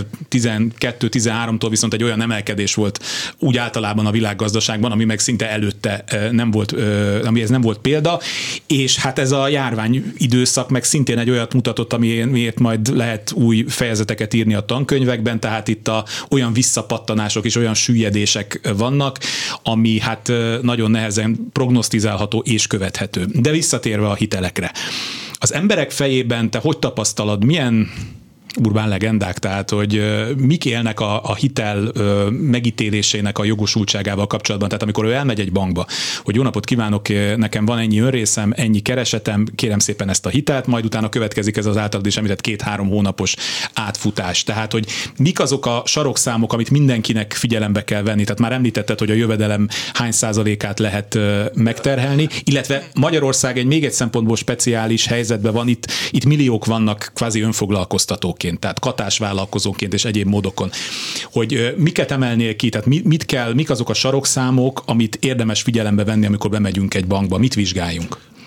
2012-13-tól viszont egy olyan emelkedés volt úgy általában a világgazdaságban, ami meg szinte előtte nem volt, amihez nem volt példa, és hát ez a járvány időszak meg szintén egy olyat mutatott, amiért majd lehet új fejezeteket írni a tankönyvekben, tehát itt olyan visszapattanások és olyan süllyedések vannak, ami hát nagyon nehezen prognosztizálható és követhető. De visszatérve a hitelekre. Az emberek fejében te hogy tapasztalod, milyen urbán legendák, tehát hogy mik élnek a hitel megítélésének a jogosultságával kapcsolatban. Tehát amikor ő elmegy egy bankba, hogy jó napot kívánok, nekem van ennyi önrészem, ennyi keresetem, kérem szépen ezt a hitelt, majd utána következik ez az általad is említett 2-3 hónapos átfutás. Tehát, hogy mik azok a sarokszámok, amit mindenkinek figyelembe kell venni. Tehát már említetted, hogy a jövedelem hány százalékát lehet megterhelni, illetve Magyarország még egy szempontból speciális helyzetben van, itt milliók vannak kvázi önfoglalkoztatók, tehát katásvállalkozóként és egyéb módokon, hogy miket emelnél ki, tehát mik azok a sarokszámok, amit érdemes figyelembe venni, amikor bemegyünk egy bankba, mit vizsgáljunk?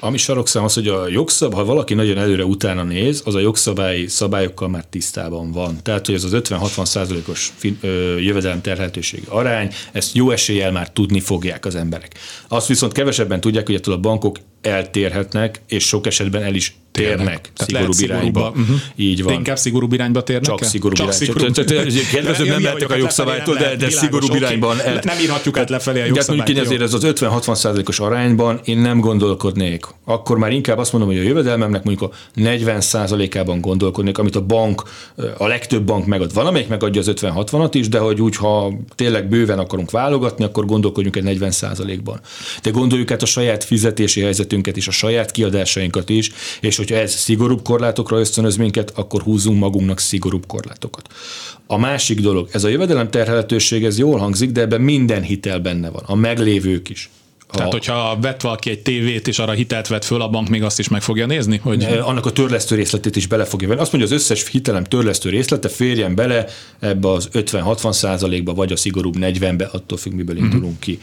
Ami sarokszám az, hogy a ha valaki nagyon előre utána néz, az a jogszabályi szabályokkal már tisztában van. Tehát, hogy ez az 50-60%-os jövedelemterhelhetőségi arány, ezt jó eséllyel már tudni fogják az emberek. Azt viszont kevesebben tudják, hogy ettől a bankok eltérhetnek, és sok esetben el is térnek szigorúbb irányba. Így van. De inkább szigorúbb irányba térnek? Csak szigorúbb irányba. Kedvezőbb nem lettek a jogszabálytól, de szigorúbb irányban. Nem írhatjuk át lefelé a jogszabályt. Mondjuk azért ez az 50-60%-os arányban én nem gondolkodnék. Akkor már inkább azt mondom, hogy a jövedelmemnek mondjuk a 40%-ában gondolkodnék, amit a bank, a legtöbb bank megad. Valamelyik megadja az 50-60-at is, de hogy úgy, ha tényleg bőven akarunk válogatni, akkor gondolkodjunk egy 40%-ban. De gondoljuk át a saját fizetési helyzetünket és a saját kiadásainkat is, és hogyha ez szigorúbb korlátokra ösztönöz minket, akkor húzzunk magunknak szigorúbb korlátokat. A másik dolog, ez a jövedelem terhelhetőség, ez jól hangzik, de ebben minden hitel benne van, a meglévők is. Tehát, hogyha vett valaki egy tévét, és arra hitelt vett föl, a bank még azt is meg fogja nézni? Hogy... Annak a törlesztő részletét is bele fogja venni. Azt mondja, az összes hitelem törlesztő részlete férjen bele ebbe az 50-60%-ba, vagy a szigorúbb 40-be, attól függ, miből indulunk ki.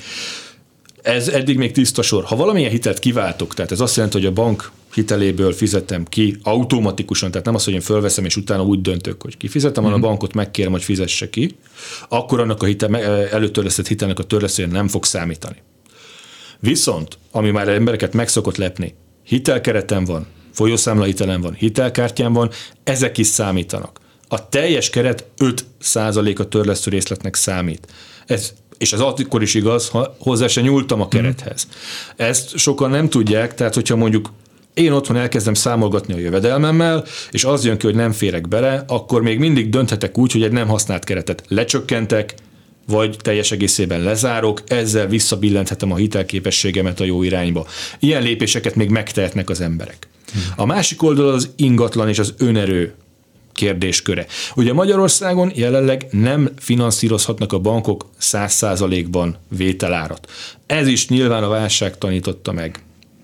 Ez eddig még tiszta sor. Ha valamilyen hitelt kiváltok, tehát ez azt jelenti, hogy a bank hiteléből fizetem ki automatikusan, tehát nem az, hogy én fölveszem, és utána úgy döntök, hogy kifizetem, hanem a bankot megkérem, hogy fizesse ki, akkor annak a előtörlesztett hitelnek a törlesztője nem fog számítani. Viszont, ami már embereket meg szokott lepni, hitelkeretem van, folyószámlahitelem van, hitelkártyám van, ezek is számítanak. A teljes keret 5% a törlesztő részletnek számít. És ez akkor is igaz, ha hozzá se nyúltam a kerethez. Ezt sokan nem tudják, tehát hogyha mondjuk én otthon elkezdem számolgatni a jövedelmemmel, és az jön ki, hogy nem férek bele, akkor még mindig dönthetek úgy, hogy egy nem használt keretet lecsökkentek, vagy teljes egészében lezárok, ezzel visszabillenthetem a hitelképességemet a jó irányba. Ilyen lépéseket még megtehetnek az emberek. A másik oldal az ingatlan és az önerő kérdésköre. Ugye Magyarországon jelenleg nem finanszírozhatnak a bankok 100%-ban vételárat. Ez is nyilván a válság tanította meg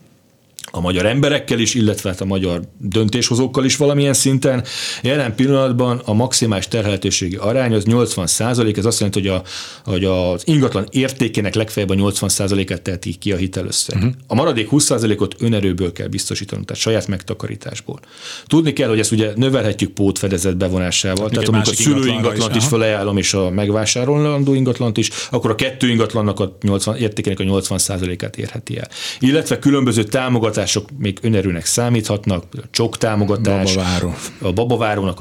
a magyar emberekkel is, illetve a magyar döntéshozókkal is valamilyen szinten. Jelen pillanatban a maximális terhelhetőségi arány az 80%, ez azt jelenti, hogy az ingatlan értékének legfeljebb a 80%-át teheti ki a hitelösszeg. A maradék 20%-ot önerőből kell biztosítanunk, tehát saját megtakarításból. Tudni kell, hogy ezt ugye növelhetjük pótfedezet bevonásával, tehát amikor a szülőingatlant is felajánlom, és a megvásárolandó ingatlant is, akkor a kettő ingatlannak a értékének a 80%-át érheti el. Illetve különböző támogatások még önerőnek számíthatnak, a csok támogatás, a babavárónak a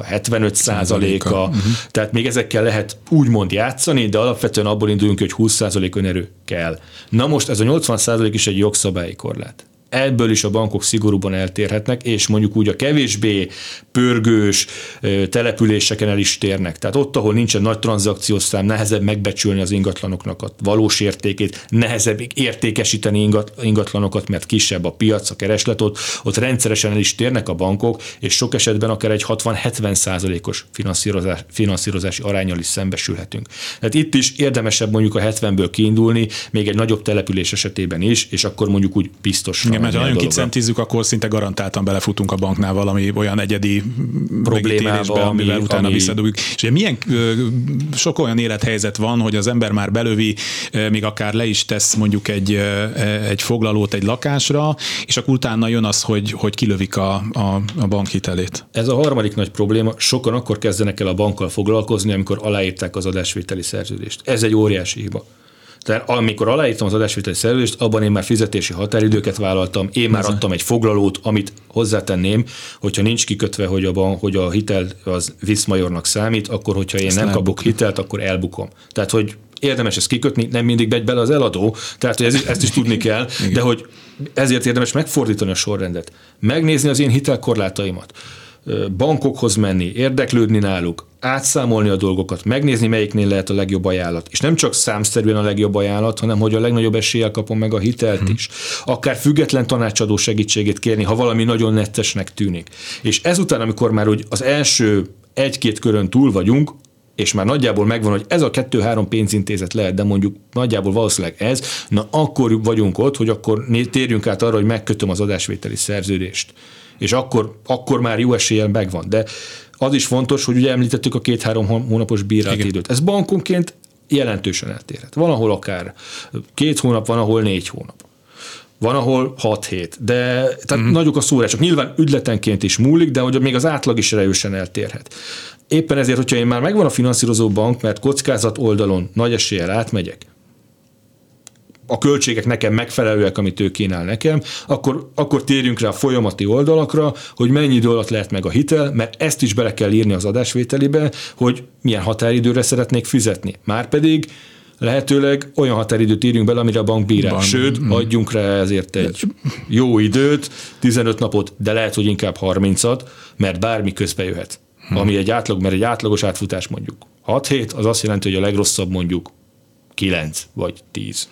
75%-a, tehát még ezekkel lehet úgymond játszani, de alapvetően abból induljunk, hogy 20% önerő kell. Na most ez a 80% is egy jogszabályi korlát. Ebből is a bankok szigorúban eltérhetnek, és mondjuk úgy a kevésbé pörgős településeken el is térnek. Tehát ott, ahol nincsen nagy tranzakciós szám, nehezebb megbecsülni az ingatlanoknak a valós értékét, nehezebb értékesíteni ingatlanokat, mert kisebb a piac, a kereslet, ott rendszeresen el is térnek a bankok, és sok esetben akár egy 60-70%-os finanszírozási aránnyal is szembesülhetünk. Tehát itt is érdemesebb mondjuk a 70-ből kiindulni, még egy nagyobb település esetében is, és akkor mondjuk úgy biztosan. Mert ha nagyon kicentizzük, akkor szinte garantáltan belefutunk a banknál valami olyan egyedi problémába, amivel utána visszadugjuk. És ugye milyen sok olyan élethelyzet van, hogy az ember már belövi, még akár le is tesz mondjuk egy foglalót egy lakásra, és akkor utána jön az, hogy kilövik a bankhitelét. Ez a harmadik nagy probléma. Sokan akkor kezdenek el a bankkal foglalkozni, amikor aláírták az adásvételi szerződést. Ez egy óriási hiba. Tehát amikor aláírtam az adásvételi szerződést, abban én már fizetési határidőket vállaltam, én már adtam egy foglalót, amit hozzátenném, hogyha nincs kikötve, hogy a hitel az viszmajornak számít, akkor hogyha én nem kapok hitelt, akkor elbukom. Tehát, hogy érdemes ezt kikötni, nem mindig megy bele az eladó, tehát hogy ezt is tudni kell, de hogy ezért érdemes megfordítani a sorrendet. Megnézni az én hitelkorlátaimat, bankokhoz menni, érdeklődni náluk, átszámolni a dolgokat, megnézni, melyiknél lehet a legjobb ajánlat. És nem csak számszerűen a legjobb ajánlat, hanem hogy a legnagyobb eséllyel kapom meg a hitelt is. Akár független tanácsadó segítségét kérni, ha valami nagyon nettesnek tűnik. És ezután, amikor már úgy az első 1-2 körön túl vagyunk, és már nagyjából megvan, hogy ez a 2-3 pénzintézet lehet, de mondjuk nagyjából valószínűleg ez, na akkor vagyunk ott, hogy akkor térjünk át arra, hogy megkötöm az adásvételi szerződést. És akkor már jó eséllyel megvan. De az is fontos, hogy ugye említettük a 2-3 hónapos bírálati időt. Ez bankonként jelentősen eltérhet. Van, ahol akár 2 hónap, van, ahol 4 hónap. Van, ahol 6-7, de tehát nagyok a szórások. Nyilván ügyletenként is múlik, de hogy még az átlag is erősen eltérhet. Éppen ezért, hogyha én már megvan a finanszírozó bank, mert kockázat oldalon nagy eséllyel átmegyek, a költségek nekem megfelelőek, amit ő kínál nekem, akkor térjünk rá a folyamati oldalakra, hogy mennyi idő alatt lehet meg a hitel, mert ezt is bele kell írni az adásvételibe, hogy milyen határidőre szeretnék fizetni. Márpedig lehetőleg olyan határidőt írjunk bele, amire a bank bírál. Sőt, adjunk rá ezért egy jó időt, 15 napot, de lehet, hogy inkább 30-at, mert bármi közbe jöhet. Ami egy átlagos átfutás mondjuk 6 hét, az azt jelenti, hogy a legrosszabb mondjuk 9 vagy 10.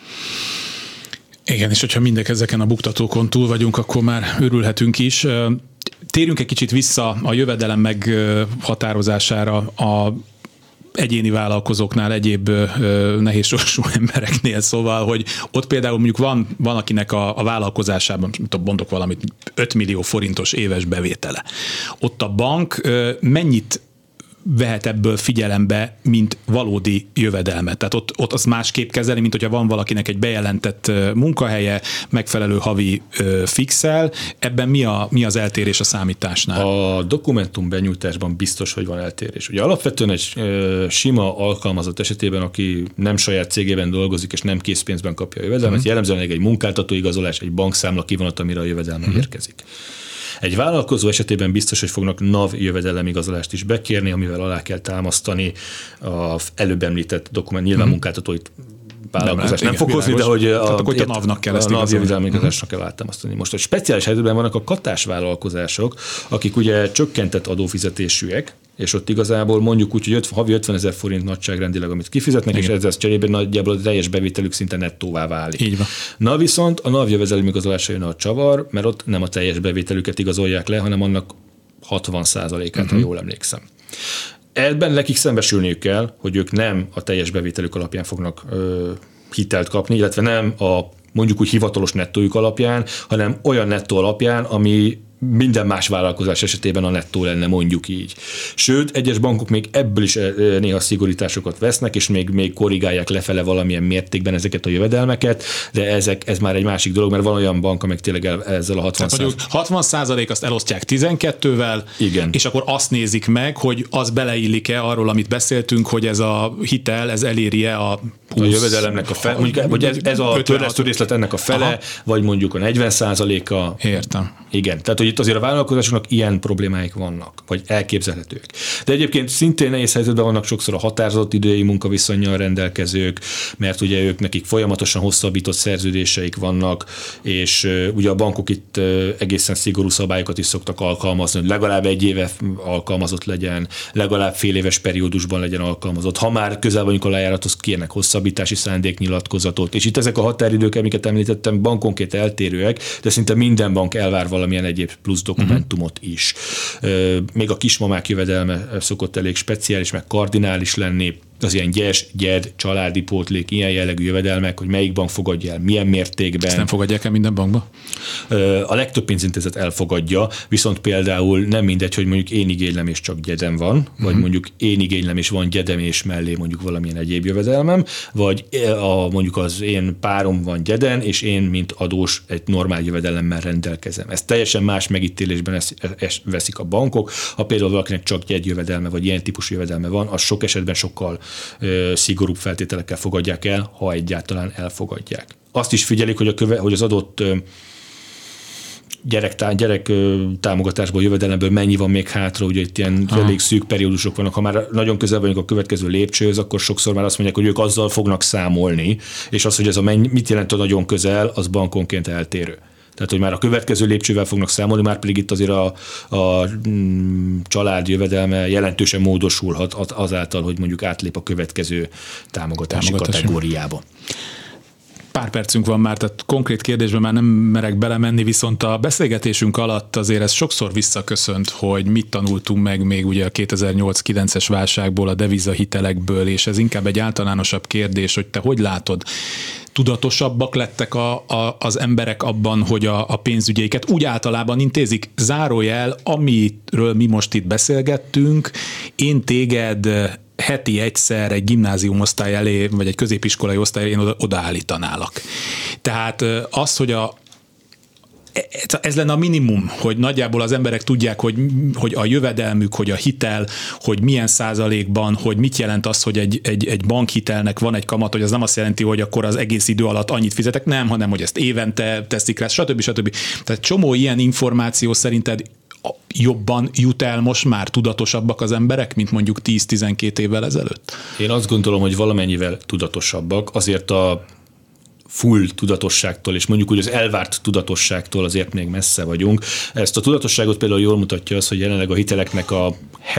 Igen, és hogyha ezeken a buktatókon túl vagyunk, akkor már örülhetünk is. Térjünk egy kicsit vissza a jövedelem meghatározására a egyéni vállalkozóknál, egyéb nehézsorsú embereknél, szóval, hogy ott például mondjuk van akinek a vállalkozásában, mondok valamit, 5 millió forintos éves bevétele. Ott a bank mennyit vehet ebből figyelembe, mint valódi jövedelmet. Tehát ott azt másképp kezeli, mint hogyha van valakinek egy bejelentett munkahelye, megfelelő havi fixel. Ebben mi az eltérés a számításnál? A dokumentum benyújtásban biztos, hogy van eltérés. Ugye alapvetően egy sima alkalmazott esetében, aki nem saját cégében dolgozik, és nem készpénzben kapja a jövedelmet, jellemzően egy munkáltató igazolás, egy bankszámla kivonat, amire a jövedelme érkezik. Egy vállalkozó esetében biztos, hogy fognak NAV jövedelemigazolást is bekérni, amivel alá kell támasztani az előbb említett dokument, nyilván munkáltatóit vállalkozás nem fog hozni, de hogy a NAV-nak kell ezt igazolni. A jövedelmigazolásnak kell átámasztani. Most egy speciális helyzetben vannak a katás vállalkozások, akik ugye csökkentett adófizetésűek, és ott igazából mondjuk úgy, hogy havi 50 000 forint nagyságrendileg, amit kifizetnek, igen. És ezzel cserében nagyjából a teljes bevételük szinte nettóvá válik. Így van. Na viszont a NAV jövedelemigazolása jön a csavar, mert ott nem a teljes bevételüket igazolják le, hanem annak 60%-át, ha jól emlékszem. Ebben nekik szembesülniük kell, hogy ők nem a teljes bevételük alapján fognak hitelt kapni, illetve nem a mondjuk úgy hivatalos nettójuk alapján, hanem olyan nettó alapján, ami minden más vállalkozás esetében a nettó lenne, mondjuk így. Sőt, egyes bankok még ebből is néha szigorításokat vesznek, és még korrigálják lefele valamilyen mértékben ezeket a jövedelmeket, de ez már egy másik dolog, mert van olyan bank, amely tényleg ezzel a 60% azt elosztják 12-vel, igen. És akkor azt nézik meg, hogy az beleillik-e arról, amit beszéltünk, hogy ez a hitel, ez eléri-e a 20, a jövedelemnek a fele, vagy ez a törlesztő részlet ennek a fele, aha. Vagy mondjuk a 40%-a. Értem. Igen, tehát hogy itt azért a vállalkozásoknak ilyen problémáik vannak, vagy elképzelhetők. De egyébként szintén nehéz helyzetben vannak sokszor a határozott idei munkaviszonnyal rendelkezők, mert ugye ők nekik folyamatosan hosszabbított szerződéseik vannak, és ugye a bankok itt egészen szigorú szabályokat is szoktak alkalmazni, hogy legalább 1 éve alkalmazott legyen, legalább fél éves periódusban legyen alkalmazott. Ha már közel vagyunk a lejárathoz, kérnek hosszabbítási szándéknyilatkozatot. És itt ezek a határidők, amiket említettem, bankonként eltérőek, de szinte minden bank elvár valamilyen egyéb plusz dokumentumot is. Még a kismamák jövedelme szokott elég speciális, meg kardinális lenni, az ilyen gyes, gyed, családi pótlék, ilyen jellegű jövedelmek, hogy melyik bank fogadja el, milyen mértékben. Ezt nem fogadják el minden bankba? A legtöbb pénzintézet elfogadja, viszont például nem mindegy, hogy mondjuk én igénylem és csak gyedem van, vagy mondjuk én igénylem és van gyedem és mellé mondjuk valamilyen egyéb jövedelmem, vagy mondjuk az én párom van gyeden, és én, mint adós, egy normál jövedelemmel rendelkezem. Ez teljesen más megítélésben veszik a bankok. Ha például valakinek csak gyed jövedelme, vagy ilyen típusú jövedelme van, az sok esetben sokkal szigorúbb feltételekkel fogadják el, ha egyáltalán elfogadják. Azt is figyelik, hogy az adott gyerek támogatásból, jövedelemből mennyi van még hátra, ugye itt ilyen elég szűk periódusok vannak. Ha már nagyon közel vagyunk a következő lépcsőhöz, akkor sokszor már azt mondják, hogy ők azzal fognak számolni, és az, hogy ez mit jelent a nagyon közel, az bankonként eltérő. Tehát, hogy már a következő lépcsővel fognak számolni, már pedig itt azért a család jövedelme jelentősen módosulhat azáltal, hogy mondjuk átlép a következő támogatási kategóriába. Pár percünk van már, tehát konkrét kérdésben már nem merek belemenni, viszont a beszélgetésünk alatt azért ez sokszor visszaköszönt, hogy mit tanultunk meg még ugye a 2008-9-es válságból, a devizahitelekből, és ez inkább egy általánosabb kérdés, hogy te hogy látod, tudatosabbak lettek az emberek abban, hogy a pénzügyeiket úgy általában intézik? Zárójel, amiről mi most itt beszélgettünk, én téged heti egyszer egy gimnáziumosztály elé, vagy egy középiskolai osztály elé odaállítanálak. Tehát az, hogy ez lenne a minimum, hogy nagyjából az emberek tudják, hogy a jövedelmük, hogy a hitel, hogy milyen százalékban, hogy mit jelent az, hogy egy bankhitelnek van egy kamat, hogy az nem azt jelenti, hogy akkor az egész idő alatt annyit fizetek, nem, hanem hogy ezt évente teszik rá, stb. Tehát csomó ilyen információ szerinted jobban jut el most már, tudatosabbak az emberek, mint mondjuk 10-12 évvel ezelőtt? Én azt gondolom, hogy valamennyivel tudatosabbak, azért a full tudatosságtól, és mondjuk úgy az elvárt tudatosságtól azért még messze vagyunk. Ezt a tudatosságot például jól mutatja az, hogy jelenleg a hiteleknek a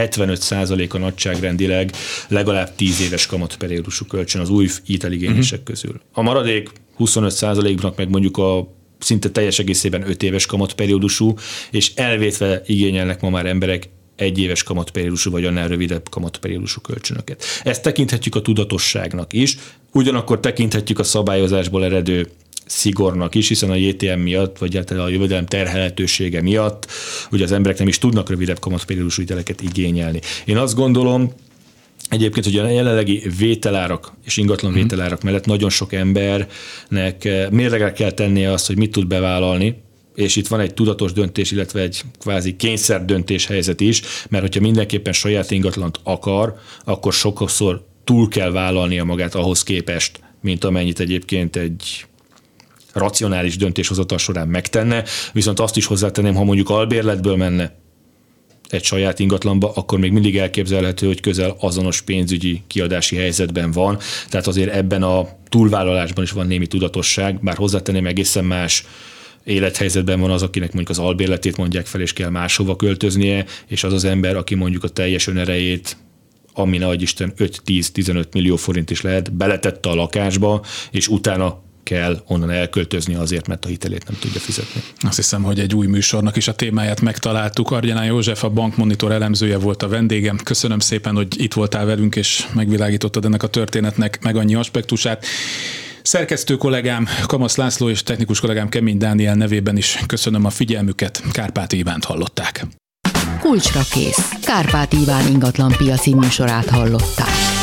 75%-a nagyságrendileg legalább 10 éves kamatperiódusú kölcsön az új hiteligényesek közül. A maradék 25%-nak meg mondjuk a szinte teljes egészében 5 éves kamatperiódusú, és elvétve igényelnek ma már emberek 1 éves kamatperiódusú vagy annál rövidebb kamatperiódusú kölcsönöket. Ezt tekinthetjük a tudatosságnak is, ugyanakkor tekinthetjük a szabályozásból eredő szigornak is, hiszen a JTM miatt, vagy a jövedelem terhelhetősége miatt, ugye az emberek nem is tudnak rövidebb kamatperiódusú hiteleket igényelni. Én azt gondolom, egyébként, hogy a jelenlegi vételárak és ingatlan vételárak mellett nagyon sok embernek mérlegre kell tennie azt, hogy mit tud bevállalni, és itt van egy tudatos döntés, illetve egy kvázi kényszer döntés helyzet is, mert hogyha mindenképpen saját ingatlant akar, akkor sokszor túl kell vállalnia magát ahhoz képest, mint amennyit egyébként egy racionális döntéshozatal során megtenne, viszont azt is hozzátenném, ha mondjuk albérletből menne egy saját ingatlanba, akkor még mindig elképzelhető, hogy közel azonos pénzügyi kiadási helyzetben van, tehát azért ebben a túlvállalásban is van némi tudatosság, bár hozzátenném, egészen más élethelyzetben van az, akinek mondjuk az albérletét mondják fel, és kell máshova költöznie, és az az ember, aki mondjuk a teljes önerejét, ami nagy Isten 5-10-15 millió forint is lehet, beletette a lakásba, és utána kell onnan elköltözni azért, mert a hitelét nem tudja fizetni. Azt hiszem, hogy egy új műsornak is a témáját megtaláltuk. Argyánán József, a Bankmonitor elemzője volt a vendégem. Köszönöm szépen, hogy itt voltál velünk, és megvilágítottad ennek a történetnek meg annyi aspektusát. Szerkesztő kollégám Kamasz László és technikus kollégám Kemény Dániel nevében is köszönöm a figyelmüket. Kárpáti Ivánt hallották. Kulcsra kész. Kárpáti Iván ingatlanpiaci műsorát hallották.